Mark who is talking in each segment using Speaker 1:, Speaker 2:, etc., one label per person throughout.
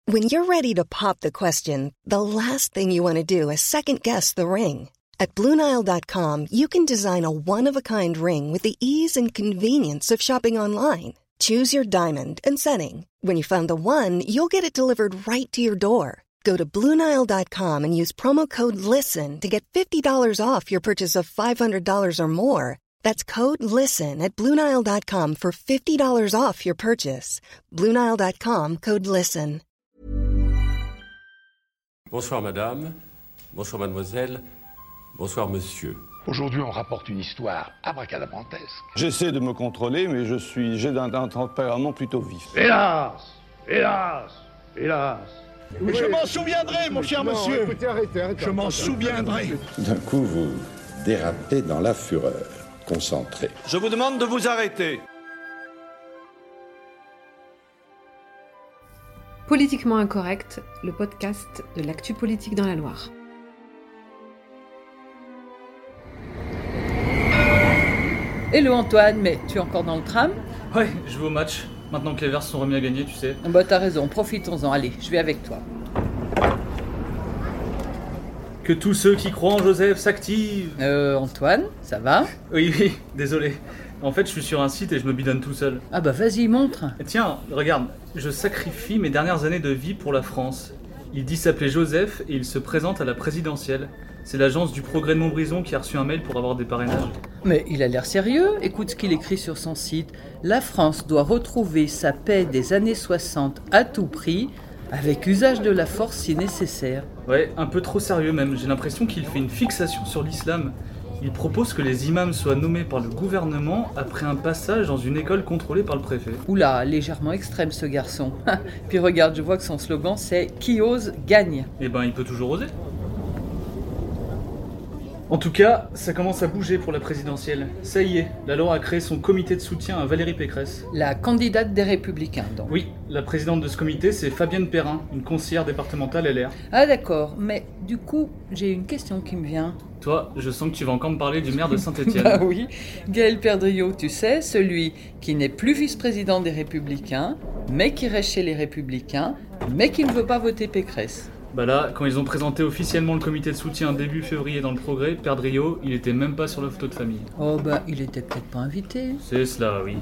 Speaker 1: When you're ready to pop the question, the last thing you want to do is second-guess the ring. At BlueNile.com, you can design a one-of-a-kind ring with the ease and convenience of shopping online. Choose your diamond and setting. When you find the one, you'll get it delivered right to your door. Go to BlueNile.com and use promo code LISTEN to get $50 off your purchase of $500 or more. That's code LISTEN at BlueNile.com for $50 off your purchase. BlueNile.com, code LISTEN.
Speaker 2: Bonsoir madame, bonsoir mademoiselle, bonsoir monsieur.
Speaker 3: Aujourd'hui, on rapporte une histoire abracadabrantesque.
Speaker 4: J'essaie de me contrôler, mais j'ai un tempérament plutôt vif.
Speaker 3: Hélas, hélas, hélas.
Speaker 5: Mais je m'en souviendrai, mon cher monsieur.
Speaker 3: Écoutez, arrêtez.
Speaker 5: Je m'en souviendrai.
Speaker 6: Tout d'un coup, vous dérapez dans la fureur. Concentré.
Speaker 4: Je vous demande de vous arrêter.
Speaker 7: Politiquement incorrect, le podcast de l'actu politique dans la Loire.
Speaker 8: Hello Antoine, mais tu es encore dans le tram ?
Speaker 9: Ouais, je vais au match. Maintenant que les Verts sont remis à gagner, tu sais.
Speaker 8: Bah t'as raison, profitons-en, allez, je vais avec toi.
Speaker 9: Que tous ceux qui croient en Joseph s'activent.
Speaker 8: Antoine, ça va ?
Speaker 9: Oui, désolé. En fait, je suis sur un site et je me bidonne tout seul.
Speaker 8: Ah bah vas-y, montre.
Speaker 9: Et tiens, regarde, je sacrifie mes dernières années de vie pour la France. Il dit s'appeler Joseph et il se présente à la présidentielle. C'est l'agence du Progrès de Montbrison qui a reçu un mail pour avoir des parrainages.
Speaker 8: Mais il a l'air sérieux, écoute ce qu'il écrit sur son site. La France doit retrouver sa paix des années 60 à tout prix, avec usage de la force si nécessaire.
Speaker 9: Ouais, un peu trop sérieux même. J'ai l'impression qu'il fait une fixation sur l'islam. Il propose que les imams soient nommés par le gouvernement après un passage dans une école contrôlée par le préfet.
Speaker 8: Oula, légèrement extrême ce garçon. Puis regarde, je vois que son slogan c'est « Qui ose, gagne ».
Speaker 9: Eh ben, il peut toujours oser. En tout cas, ça commence à bouger pour la présidentielle. Ça y est, la Loire a créé son comité de soutien à Valérie Pécresse.
Speaker 8: La candidate des Républicains, donc.
Speaker 9: Oui, la présidente de ce comité, c'est Fabienne Perrin, une conseillère départementale LR.
Speaker 8: Ah d'accord, mais du coup, j'ai une question qui me vient.
Speaker 9: Toi, je sens que tu vas encore me parler du maire de Saint-Étienne.
Speaker 8: Bah oui, Gaël Perdriau, tu sais, celui qui n'est plus vice-président des Républicains, mais qui reste chez les Républicains, mais qui ne veut pas voter Pécresse.
Speaker 9: Bah là, quand ils ont présenté officiellement le comité de soutien début février dans le Progrès, Perdriau, il était même pas sur la photo de famille.
Speaker 8: Oh bah, il était peut-être pas invité.
Speaker 9: C'est cela, oui.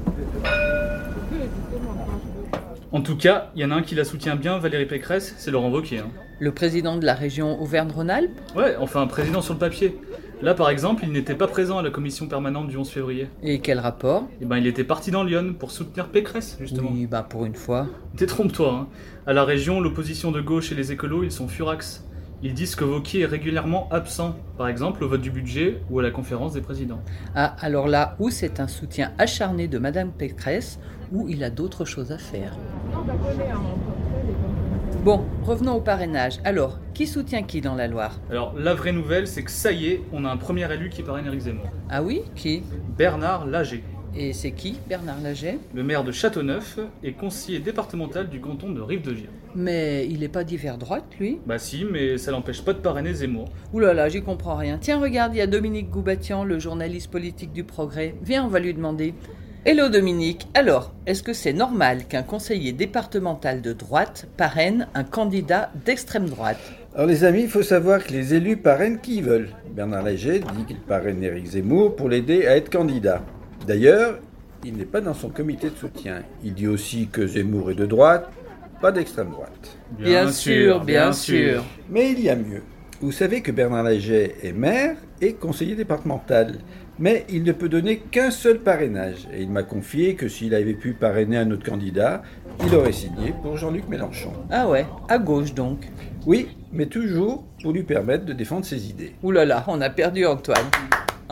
Speaker 9: En tout cas, il y en a un qui la soutient bien, Valérie Pécresse, c'est Laurent Wauquiez.
Speaker 8: Le président de la région Auvergne-Rhône-Alpes ?
Speaker 9: Ouais, enfin un président sur le papier. Là, par exemple, il n'était pas présent à la commission permanente du 11 février.
Speaker 8: Et quel rapport ?
Speaker 9: Eh ben, il était parti dans Lyon pour soutenir Pécresse, justement.
Speaker 8: Oui, bah pour une fois.
Speaker 9: Détrompe-toi, hein. À la région, l'opposition de gauche et les écolos, ils sont furax. Ils disent que Wauquiez est régulièrement absent, par exemple au vote du budget ou à la conférence des présidents.
Speaker 8: Ah, alors là, où c'est un soutien acharné de Madame Pécresse, ou il a d'autres choses à faire. Bon, revenons au parrainage. Alors, qui soutient qui dans la Loire ?
Speaker 9: Alors, la vraie nouvelle, c'est que ça y est, on a un premier élu qui parraine Éric Zemmour.
Speaker 8: Ah oui ? Qui ?
Speaker 9: Bernard Laget.
Speaker 8: Et c'est qui, Bernard Laget ?
Speaker 9: Le maire de Châteauneuf et conseiller départemental du canton de Rive-de-Gier.
Speaker 8: Mais il est pas d'hiver droite, lui ?
Speaker 9: Bah si, mais ça l'empêche pas de parrainer Zemmour.
Speaker 8: Ouh là là, j'y comprends rien. Tiens, regarde, il y a Dominique Goubatian, le journaliste politique du Progrès. Viens, on va lui demander. Hello Dominique, alors, est-ce que c'est normal qu'un conseiller départemental de droite parraine un candidat d'extrême droite ?
Speaker 10: Alors les amis, il faut savoir que les élus parrainent qui ils veulent. Bernard Laget dit qu'il parraine Éric Zemmour pour l'aider à être candidat. D'ailleurs, il n'est pas dans son comité de soutien. Il dit aussi que Zemmour est de droite, pas d'extrême droite.
Speaker 8: Bien sûr.
Speaker 10: Mais il y a mieux. Vous savez que Bernard Laget est maire et conseiller départemental. Mais il ne peut donner qu'un seul parrainage. Et il m'a confié que s'il avait pu parrainer un autre candidat, il aurait signé pour Jean-Luc Mélenchon.
Speaker 8: Ah ouais, à gauche donc.
Speaker 10: Oui, mais toujours pour lui permettre de défendre ses idées.
Speaker 8: Ouh là là, on a perdu Antoine. Antoine !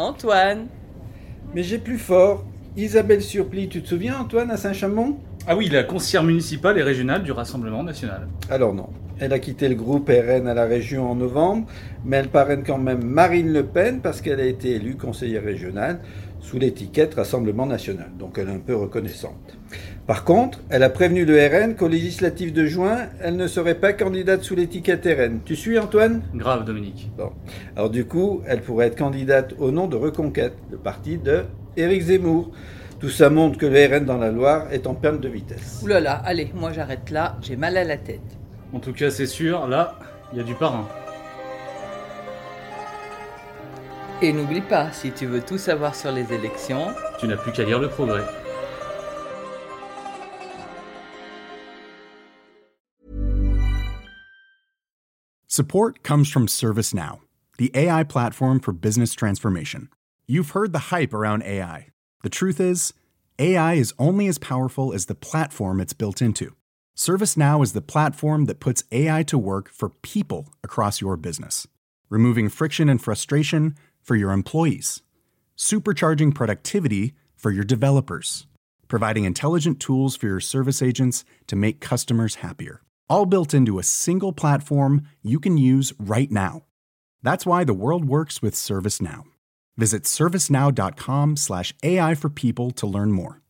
Speaker 10: Mais j'ai plus fort. Isabelle Surplis, tu te souviens Antoine, à Saint-Chamond ?
Speaker 9: Ah oui, la conseillère municipale et régionale du Rassemblement national.
Speaker 10: Alors non. Elle a quitté le groupe RN à la région en novembre, mais elle parraine quand même Marine Le Pen parce qu'elle a été élue conseillère régionale sous l'étiquette Rassemblement national. Donc elle est un peu reconnaissante. Par contre, elle a prévenu le RN qu'aux législatives de juin, elle ne serait pas candidate sous l'étiquette RN. Tu suis Antoine ?
Speaker 9: Grave Dominique.
Speaker 10: Bon. Alors du coup, elle pourrait être candidate au nom de Reconquête, le parti de Éric Zemmour. Tout ça montre que le RN dans la Loire est en perte de vitesse.
Speaker 8: Ouh là là, allez, moi j'arrête là, j'ai mal à la tête.
Speaker 9: En tout cas, c'est sûr, là, il y a du parrain.
Speaker 8: Et n'oublie pas, si tu veux tout savoir sur les élections,
Speaker 9: Tu n'as plus qu'à lire Le Progrès.
Speaker 11: Support comes from ServiceNow, the AI platform for business transformation. You've heard the hype around AI. The truth is, AI is only as powerful as the platform it's built into. ServiceNow is the platform that puts AI to work for people across your business, removing friction and frustration for your employees, supercharging productivity for your developers, providing intelligent tools for your service agents to make customers happier, all built into a single platform you can use right now. That's why the world works with ServiceNow. Visit servicenow.com/AI for people to learn more.